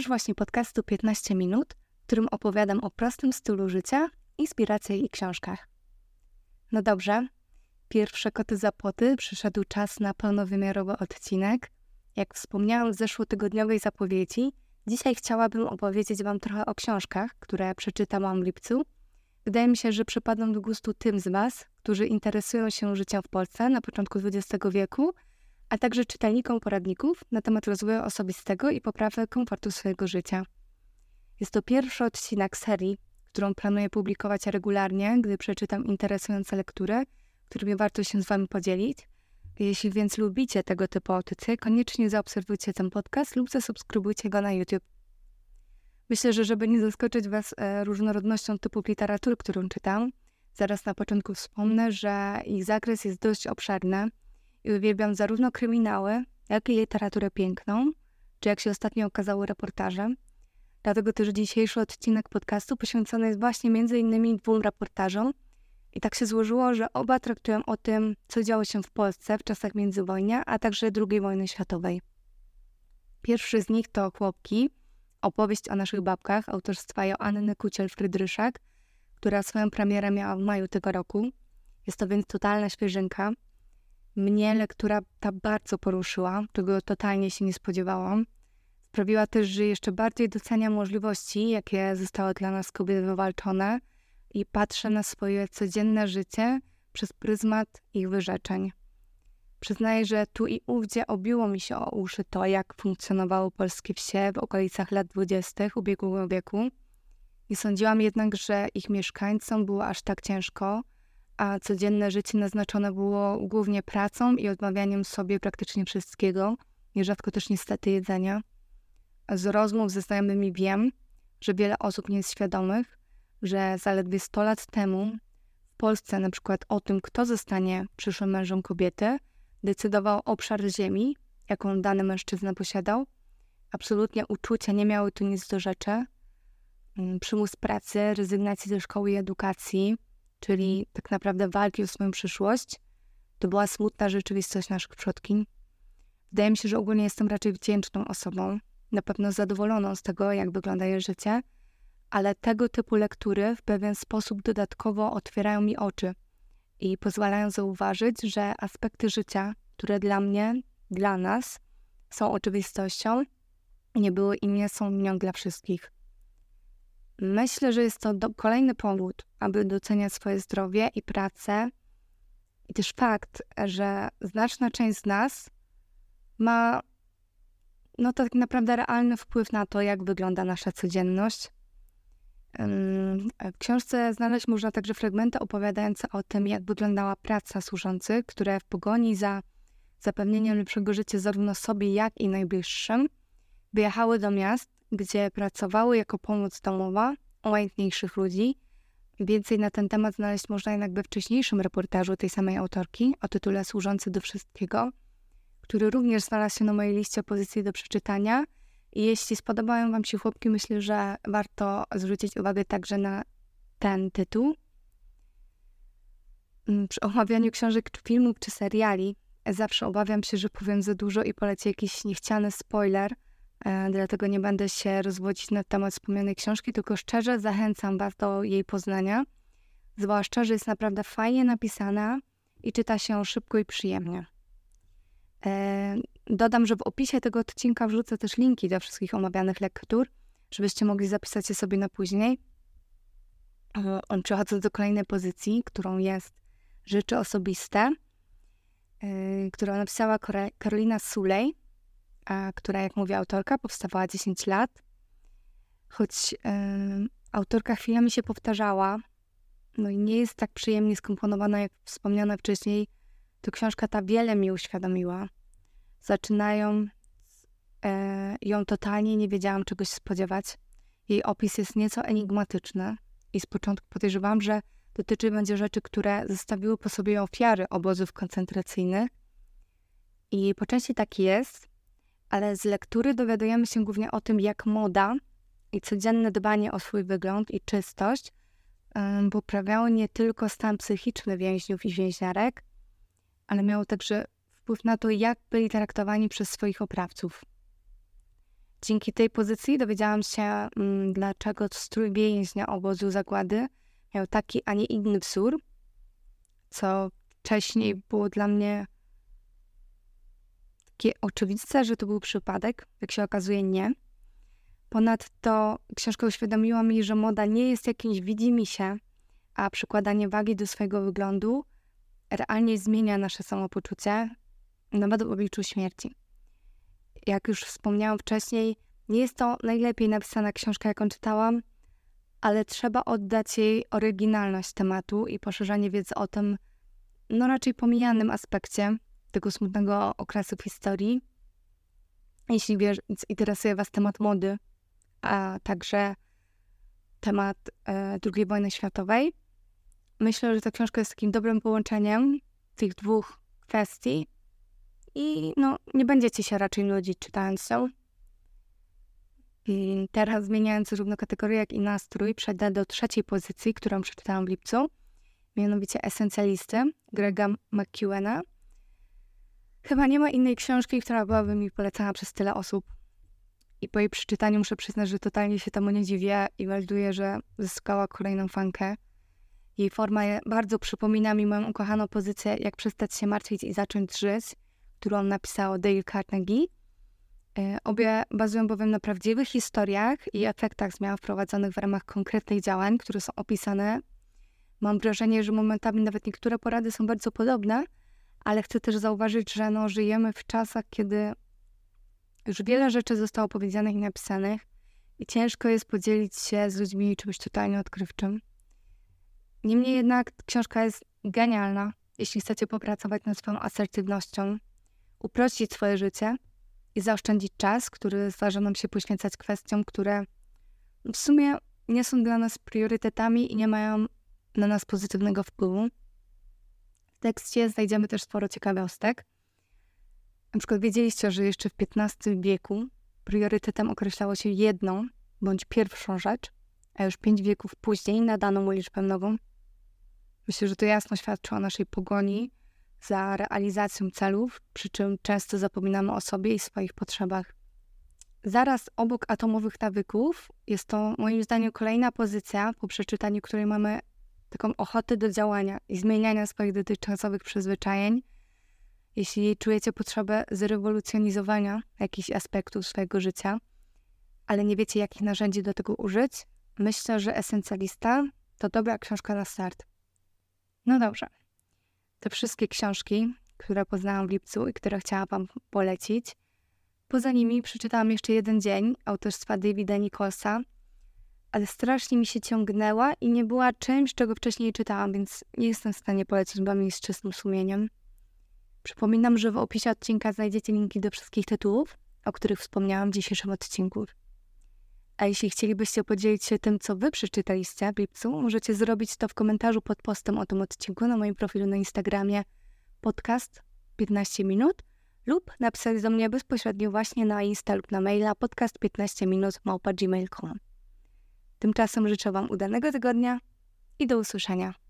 właśnie podcastu 15 minut, w którym opowiadam o prostym stylu życia, inspiracjach i książkach. No dobrze, pierwsze koty za płoty, przyszedł czas na pełnowymiarowy odcinek. Jak wspomniałam w zeszłotygodniowej zapowiedzi, dzisiaj chciałabym opowiedzieć Wam trochę o książkach, które przeczytałam w lipcu. Wydaje mi się, że przypadną do gustu tym z Was, którzy interesują się życiem w Polsce na początku XX wieku, a także czytelnikom poradników na temat rozwoju osobistego i poprawy komfortu swojego życia. Jest to pierwszy odcinek serii, którą planuję publikować regularnie, gdy przeczytam interesujące lektury, którymi warto się z Wami podzielić. Jeśli więc lubicie tego typu audycje, koniecznie zaobserwujcie ten podcast lub zasubskrybujcie go na YouTube. Myślę, że żeby nie zaskoczyć Was różnorodnością typów literatury, którą czytam, zaraz na początku wspomnę, że ich zakres jest dość obszerny i uwielbiam zarówno kryminały, jak i literaturę piękną, czy jak się ostatnio okazało reportaże. Dlatego też dzisiejszy odcinek podcastu poświęcony jest właśnie m.in. 2 reportażom. I tak się złożyło, że oba traktują o tym, co działo się w Polsce w czasach międzywojnia, a także II wojny światowej. Pierwszy z nich to Chłopki, opowieść o naszych babkach autorstwa Joanny Kuciel-Frydryszak, która swoją premierę miała w maju tego roku. Jest to więc totalna świeżynka. Mnie lektura ta bardzo poruszyła, czego totalnie się nie spodziewałam. Sprawiła też, że jeszcze bardziej doceniam możliwości, jakie zostały dla nas kobiet wywalczone i patrzę na swoje codzienne życie przez pryzmat ich wyrzeczeń. Przyznaję, że tu i ówdzie obiło mi się o uszy to, jak funkcjonowały polskie wsie w okolicach lat 20. ubiegłego wieku. Nie sądziłam jednak, że ich mieszkańcom było aż tak ciężko, a codzienne życie naznaczone było głównie pracą i odmawianiem sobie praktycznie wszystkiego, nierzadko też niestety jedzenia. Z rozmów ze znajomymi wiem, że wiele osób nie jest świadomych, że zaledwie 100 lat temu w Polsce na przykład o tym, kto zostanie przyszłym mężem kobiety, decydował obszar ziemi, jaką dany mężczyzna posiadał. Absolutnie uczucia nie miały tu nic do rzeczy. Przymus pracy, rezygnacji ze szkoły i edukacji, czyli tak naprawdę walki o swoją przyszłość, to była smutna rzeczywistość naszych przodkiń. Wydaje mi się, że ogólnie jestem raczej wdzięczną osobą, na pewno zadowoloną z tego, jak wygląda jej życie, ale tego typu lektury w pewien sposób dodatkowo otwierają mi oczy i pozwalają zauważyć, że aspekty życia, które dla mnie, dla nas są oczywistością, nie były i nie są dla wszystkich. Myślę, że jest to kolejny powód, aby doceniać swoje zdrowie i pracę i też fakt, że znaczna część z nas ma tak naprawdę realny wpływ na to, jak wygląda nasza codzienność. W książce znaleźć można także fragmenty opowiadające o tym, jak wyglądała praca służących, które w pogoni za zapewnieniem lepszego życia zarówno sobie, jak i najbliższym, wyjechały do miast, gdzie pracowały jako pomoc domowa u majętniejszych ludzi. Więcej na ten temat znaleźć można jednak we wcześniejszym reportażu tej samej autorki o tytule Służący do wszystkiego, który również znalazł się na mojej liście pozycji do przeczytania. I jeśli spodobają Wam się Chłopki, myślę, że warto zwrócić uwagę także na ten tytuł. Przy omawianiu książek, czy filmów, czy seriali zawsze obawiam się, że powiem za dużo i poleci jakiś niechciany spoiler, dlatego nie będę się rozwodzić na temat wspomnianej książki, tylko szczerze zachęcam Was do jej poznania, zwłaszcza, że jest naprawdę fajnie napisana i czyta się szybko i przyjemnie. Dodam, że w opisie tego odcinka wrzucę też linki do wszystkich omawianych lektur, żebyście mogli zapisać je sobie na później. Przechodzę do kolejnej pozycji, którą jest Rzeczy osobiste, którą napisała Karolina Sulej, która, jak mówi autorka, powstawała 10 lat. Choć autorka chwilami się powtarzała, no i nie jest tak przyjemnie skomponowana, jak wspomniane wcześniej, to książka ta wiele mi uświadomiła. Zaczynając ją totalnie nie wiedziałam czego się spodziewać. Jej opis jest nieco enigmatyczny i z początku podejrzewałam, że dotyczy będzie rzeczy, które zostawiły po sobie ofiary obozów koncentracyjnych. I po części tak jest, ale z lektury dowiadujemy się głównie o tym, jak moda i codzienne dbanie o swój wygląd i czystość poprawiały nie tylko stan psychiczny więźniów i więźniarek, ale miało także wpływ na to, jak byli traktowani przez swoich oprawców. Dzięki tej pozycji dowiedziałam się, dlaczego strój więźnia obozu zagłady miał taki, a nie inny wzór, co wcześniej było dla mnie takie oczywiste, że to był przypadek. Jak się okazuje, nie. Ponadto książka uświadomiła mi, że moda nie jest jakimś widzimisię, a przykładanie wagi do swojego wyglądu realnie zmienia nasze samopoczucie, nawet w obliczu śmierci. Jak już wspomniałam wcześniej, nie jest to najlepiej napisana książka, jaką czytałam, ale trzeba oddać jej oryginalność tematu i poszerzanie wiedzy o tym, raczej pomijanym aspekcie tego smutnego okresu w historii. Jeśli interesuje Was temat mody, a także temat II wojny światowej, myślę, że ta książka jest takim dobrym połączeniem tych dwóch kwestii i nie będziecie się raczej nudzić czytając ją. I teraz, zmieniając zarówno kategorię, jak i nastrój, przejdę do trzeciej pozycji, którą przeczytałam w lipcu, mianowicie Esencjalisty Grega McKeowena. Chyba nie ma innej książki, która byłaby mi polecana przez tyle osób. I po jej przeczytaniu muszę przyznać, że totalnie się temu nie dziwię i melduję, że zyskała kolejną fankę. Jej forma bardzo przypomina mi moją ukochaną pozycję Jak przestać się martwić i zacząć żyć, którą napisało Dale Carnegie. Obie bazują bowiem na prawdziwych historiach i efektach zmian wprowadzonych w ramach konkretnych działań, które są opisane. Mam wrażenie, że momentami nawet niektóre porady są bardzo podobne, ale chcę też zauważyć, że żyjemy w czasach, kiedy już wiele rzeczy zostało powiedzianych i napisanych i ciężko jest podzielić się z ludźmi czymś totalnie odkrywczym. Niemniej jednak książka jest genialna, jeśli chcecie popracować nad swoją asertywnością, uprościć swoje życie i zaoszczędzić czas, który zdarza nam się poświęcać kwestiom, które w sumie nie są dla nas priorytetami i nie mają na nas pozytywnego wpływu. W tekście znajdziemy też sporo ciekawostek. Na przykład wiedzieliście, że jeszcze w XV wieku priorytetem określało się jedną bądź pierwszą rzecz, a już 5 wieków później nadano mu liczbę nową. Myślę, że to jasno świadczy o naszej pogoni za realizacją celów, przy czym często zapominamy o sobie i swoich potrzebach. Zaraz obok atomowych nawyków jest to moim zdaniem kolejna pozycja, po przeczytaniu której mamy taką ochotę do działania i zmieniania swoich dotychczasowych przyzwyczajeń. Jeśli czujecie potrzebę zrewolucjonizowania jakichś aspektów swojego życia, ale nie wiecie, jakich narzędzi do tego użyć, myślę, że Esencjalista to dobra książka na start. No dobrze. Te wszystkie książki, które poznałam w lipcu i które chciałam Wam polecić. Poza nimi przeczytałam jeszcze Jeden dzień autorstwa Davida Nicholsa, ale strasznie mi się ciągnęła i nie była czymś, czego wcześniej czytałam, więc nie jestem w stanie polecić Wam jej z czystym sumieniem. Przypominam, że w opisie odcinka znajdziecie linki do wszystkich tytułów, o których wspomniałam w dzisiejszym odcinku. A jeśli chcielibyście podzielić się tym, co Wy przeczytaliście w lipcu, możecie zrobić to w komentarzu pod postem o tym odcinku na moim profilu na Instagramie podcast 15 minut lub napisać do mnie bezpośrednio właśnie na Insta lub na maila podcast15minut@gmail.com. Tymczasem życzę Wam udanego tygodnia i do usłyszenia.